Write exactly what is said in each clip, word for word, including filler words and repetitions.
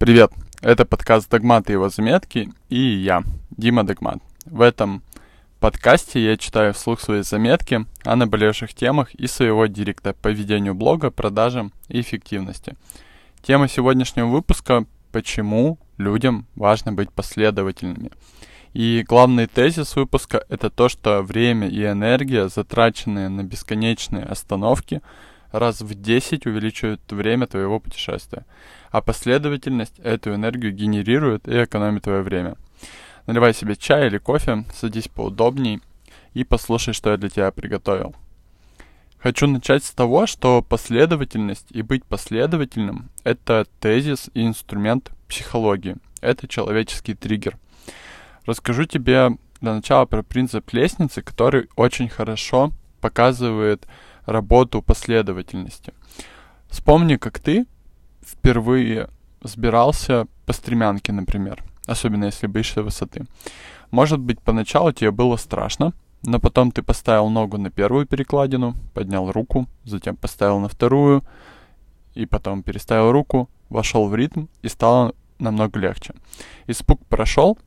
Привет, это подкаст «Догмат и его заметки» и я, Дима Догмат. В этом подкасте я читаю вслух свои заметки о наболевших темах из своего директа по ведению блога, продажам и эффективности. Тема сегодняшнего выпуска – почему людям важно быть последовательными. И главный тезис выпуска – это то, что время и энергия, затраченные на бесконечные остановки, раз в десять увеличивают время твоего путешествия, а последовательность эту энергию генерирует и экономит твое время. Наливай себе чай или кофе, садись поудобней и послушай, что я для тебя приготовил. Хочу начать с того, что последовательность и быть последовательным – это тезис и инструмент психологии. Это человеческий триггер. Расскажу тебе для начала про принцип лестницы, который очень хорошо показывает работу последовательности. Вспомни, как ты впервые взбирался по стремянке, например, особенно если боишься высоты. Может быть, поначалу тебе было страшно, но потом ты поставил ногу на первую перекладину, поднял руку, затем поставил на вторую, и потом переставил руку, вошел в ритм, и стало намного легче. Испуг прошел,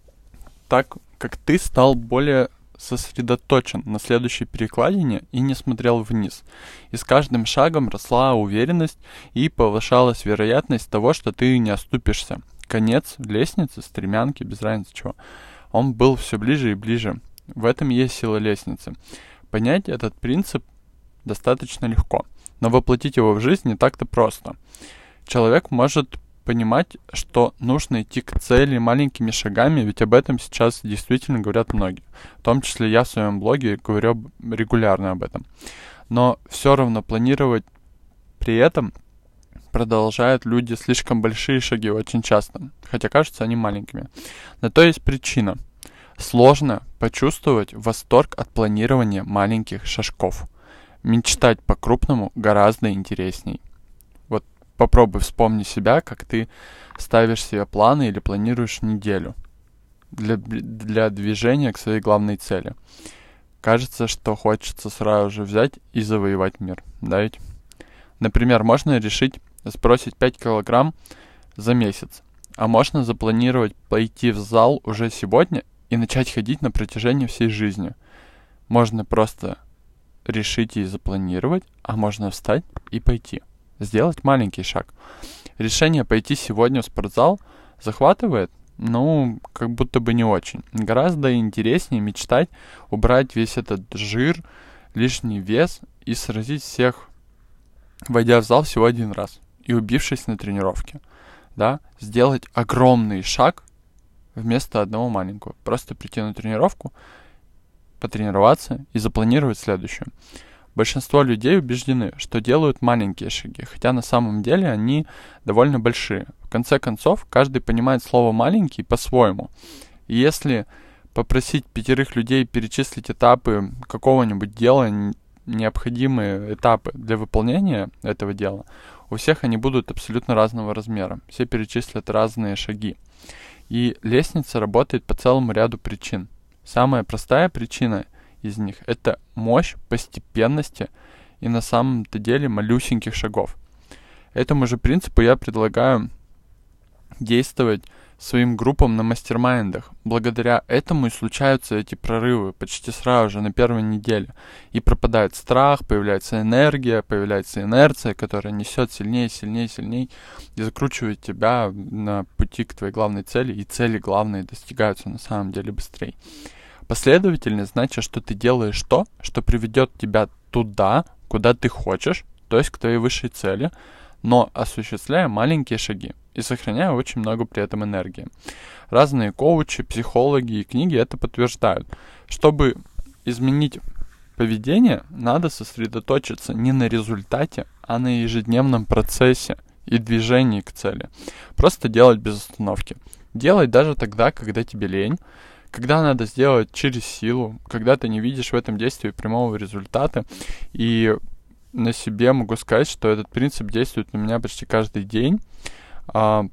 так как ты стал более сосредоточен на следующей перекладине и не смотрел вниз. И с каждым шагом росла уверенность и повышалась вероятность того, что ты не оступишься. Конец лестницы, стремянки, без разницы чего, он был все ближе и ближе. В этом и есть сила лестницы. Понять этот принцип достаточно легко, но воплотить его в жизнь не так-то просто. Человек может понимать, что нужно идти к цели маленькими шагами, ведь об этом сейчас действительно говорят многие. В том числе я в своем блоге говорю регулярно об этом. Но все равно планировать при этом продолжают люди слишком большие шаги очень часто, хотя кажутся они маленькими. На то есть причина. Сложно почувствовать восторг от планирования маленьких шажков. Мечтать по-крупному гораздо интересней. Вот попробуй вспомни себя, как ты ставишь себе планы или планируешь неделю для, для движения к своей главной цели. Кажется, что хочется сразу же взять и завоевать мир, да ведь? Например, можно решить сбросить пять килограмм за месяц, а можно запланировать пойти в зал уже сегодня и начать ходить на протяжении всей жизни. Можно просто решить и запланировать, а можно встать и пойти. Сделать маленький шаг. Решение пойти сегодня в спортзал захватывает? Ну, как будто бы не очень. Гораздо интереснее мечтать убрать весь этот жир, лишний вес и сразить всех, войдя в зал всего один раз и убившись на тренировке. Да? Сделать огромный шаг вместо одного маленького. Просто прийти на тренировку, потренироваться и запланировать следующую. Большинство людей убеждены, что делают маленькие шаги, хотя на самом деле они довольно большие. В конце концов, каждый понимает слово «маленький» по-своему. И если попросить пятерых людей перечислить этапы какого-нибудь дела, необходимые этапы для выполнения этого дела, у всех они будут абсолютно разного размера. Все перечислят разные шаги. И лестница работает по целому ряду причин. Самая простая причина из них — это мощь постепенности и на самом-то деле малюсеньких шагов. Этому же принципу я предлагаю действовать своим группам на мастер-майндах. Благодаря этому и случаются эти прорывы почти сразу же, на первой неделе. И пропадает страх, появляется энергия, появляется инерция, которая несет сильнее, сильнее, сильнее и закручивает тебя на пути к твоей главной цели. И цели главные достигаются на самом деле быстрее. Последовательность значит, что ты делаешь то, что приведет тебя туда, куда ты хочешь, то есть к твоей высшей цели, но осуществляя маленькие шаги и сохраняя очень много при этом энергии. Разные коучи, психологи и книги это подтверждают. Чтобы изменить поведение, надо сосредоточиться не на результате, а на ежедневном процессе и движении к цели. Просто делать без остановки. Делать даже тогда, когда тебе лень, когда надо сделать через силу, когда ты не видишь в этом действии прямого результата. И на себе могу сказать, что этот принцип действует на меня почти каждый день. А,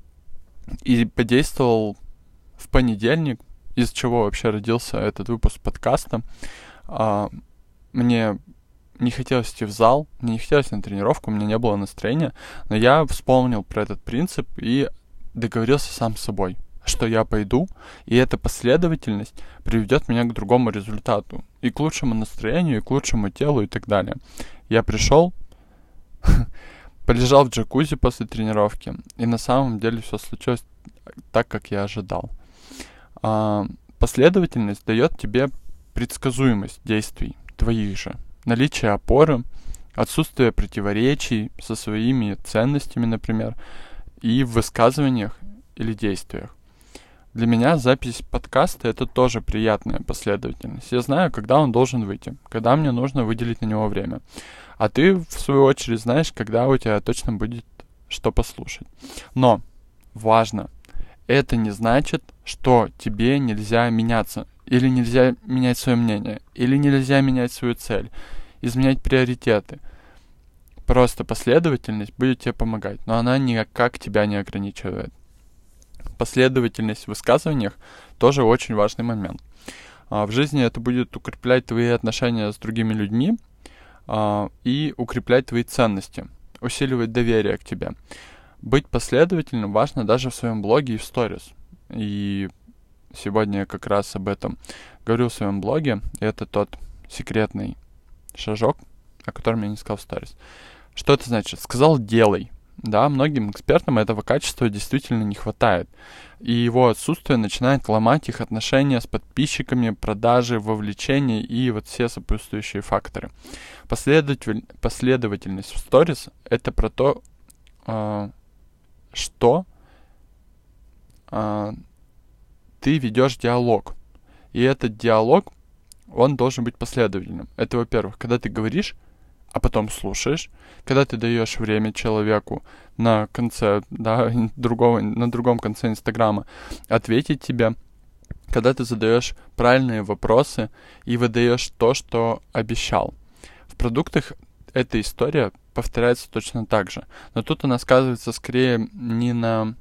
и подействовал в понедельник, из чего вообще родился этот выпуск подкаста. А, мне не хотелось идти в зал, мне не хотелось на тренировку, у меня не было настроения, но я вспомнил про этот принцип и договорился сам с собой, что я пойду, и эта последовательность приведет меня к другому результату, и к лучшему настроению, и к лучшему телу, и так далее. Я пришел, полежал в джакузи после тренировки, и на самом деле все случилось так, как я ожидал. А, последовательность дает тебе предсказуемость действий твоих же, наличие опоры, отсутствие противоречий со своими ценностями, например, и в высказываниях или действиях. Для меня запись подкаста — это тоже приятная последовательность. Я знаю, когда он должен выйти, когда мне нужно выделить на него время. А ты, в свою очередь, знаешь, когда у тебя точно будет что послушать. Но важно, это не значит, что тебе нельзя меняться, или нельзя менять свое мнение, или нельзя менять свою цель, изменять приоритеты. Просто последовательность будет тебе помогать, но она никак тебя не ограничивает. Последовательность в высказываниях тоже очень важный момент. А, в жизни это будет укреплять твои отношения с другими людьми а, и укреплять твои ценности, усиливать доверие к тебе. Быть последовательным важно даже в своем блоге и в сторис. И сегодня я как раз об этом говорю в своем блоге. Это тот секретный шажок, о котором я не сказал в сторис. Что это значит? Сказал «делай». Да, многим экспертам этого качества действительно не хватает. И его отсутствие начинает ломать их отношения с подписчиками, продажи, вовлечение и вот все сопутствующие факторы. Последователь... Последовательность в сторис — это про то, э, что э, ты ведешь диалог. И этот диалог, он должен быть последовательным. Это, во-первых, когда ты говоришь, а потом слушаешь, когда ты даешь время человеку на конце, да, другого, на другом конце Инстаграма ответить тебе, когда ты задаешь правильные вопросы и выдаешь то, что обещал. В продуктах эта история повторяется точно так же, но тут она сказывается скорее не на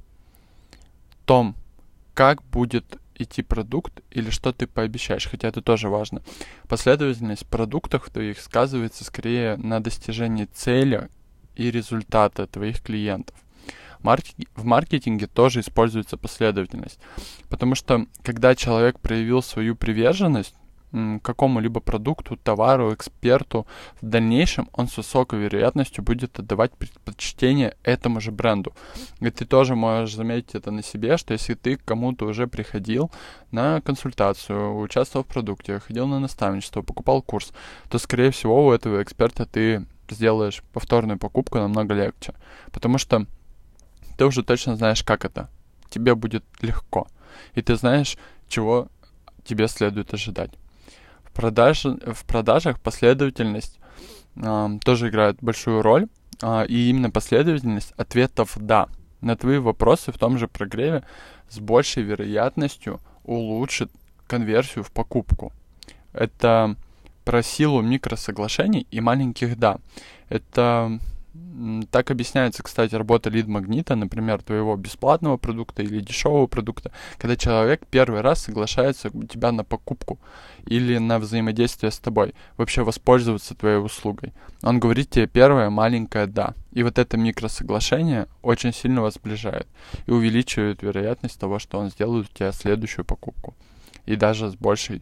том, как будет идти продукт или что ты пообещаешь, хотя это тоже важно. Последовательность продуктов твоих сказывается скорее на достижении цели и результата твоих клиентов. Маркетинг, в маркетинге тоже используется последовательность, потому что когда человек проявил свою приверженность к какому-либо продукту, товару, эксперту, в дальнейшем он с высокой вероятностью будет отдавать предпочтение этому же бренду. И ты тоже можешь заметить это на себе, что если ты к кому-то уже приходил на консультацию, участвовал в продукте, ходил на наставничество, покупал курс, то, скорее всего, у этого эксперта ты сделаешь повторную покупку намного легче. Потому что ты уже точно знаешь, как это. Тебе будет легко. И ты знаешь, чего тебе следует ожидать. В, продаж, в продажах последовательность э, тоже играет большую роль, э, и именно последовательность ответов «да» на твои вопросы в том же прогреве с большей вероятностью улучшит конверсию в покупку. Это про силу микросоглашений и маленьких «да». Это так объясняется, кстати, работа лид-магнита, например, твоего бесплатного продукта или дешевого продукта, когда человек первый раз соглашается у тебя на покупку или на взаимодействие с тобой, вообще воспользоваться твоей услугой. Он говорит тебе первое маленькое «да». И вот это микросоглашение очень сильно вас сближает и увеличивает вероятность того, что он сделает у тебя следующую покупку. И даже с большей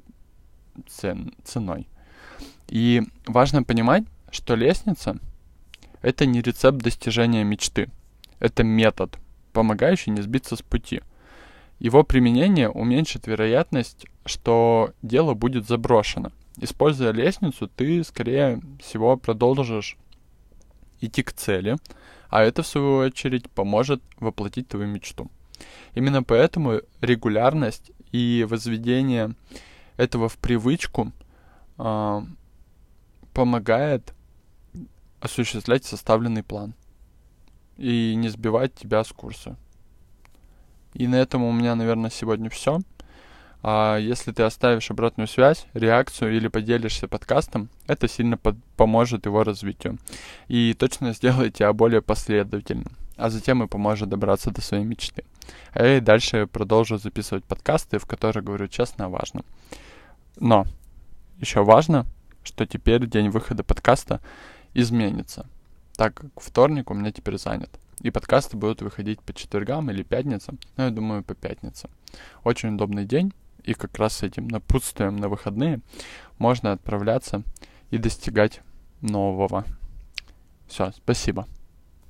цен, ценой. И важно понимать, что лестница — это не рецепт достижения мечты. Это метод, помогающий не сбиться с пути. Его применение уменьшит вероятность, что дело будет заброшено. Используя лестницу, ты, скорее всего, продолжишь идти к цели, а это, в свою очередь, поможет воплотить твою мечту. Именно поэтому регулярность и возведение этого в привычку э, помогает осуществлять составленный план и не сбивать тебя с курса. И на этом у меня, наверное, сегодня все. А если ты оставишь обратную связь, реакцию или поделишься подкастом, это сильно под- поможет его развитию и точно сделает тебя более последовательным, а затем и поможет добраться до своей мечты. А я и дальше продолжу записывать подкасты, в которых говорю честно о важном. Но еще важно, что теперь день выхода подкаста изменится, так как вторник у меня теперь занят. И подкасты будут выходить по четвергам или пятницам. Ну, я думаю, по пятницам. Очень удобный день. И как раз с этим напутствием на выходные можно отправляться и достигать нового. Все, спасибо.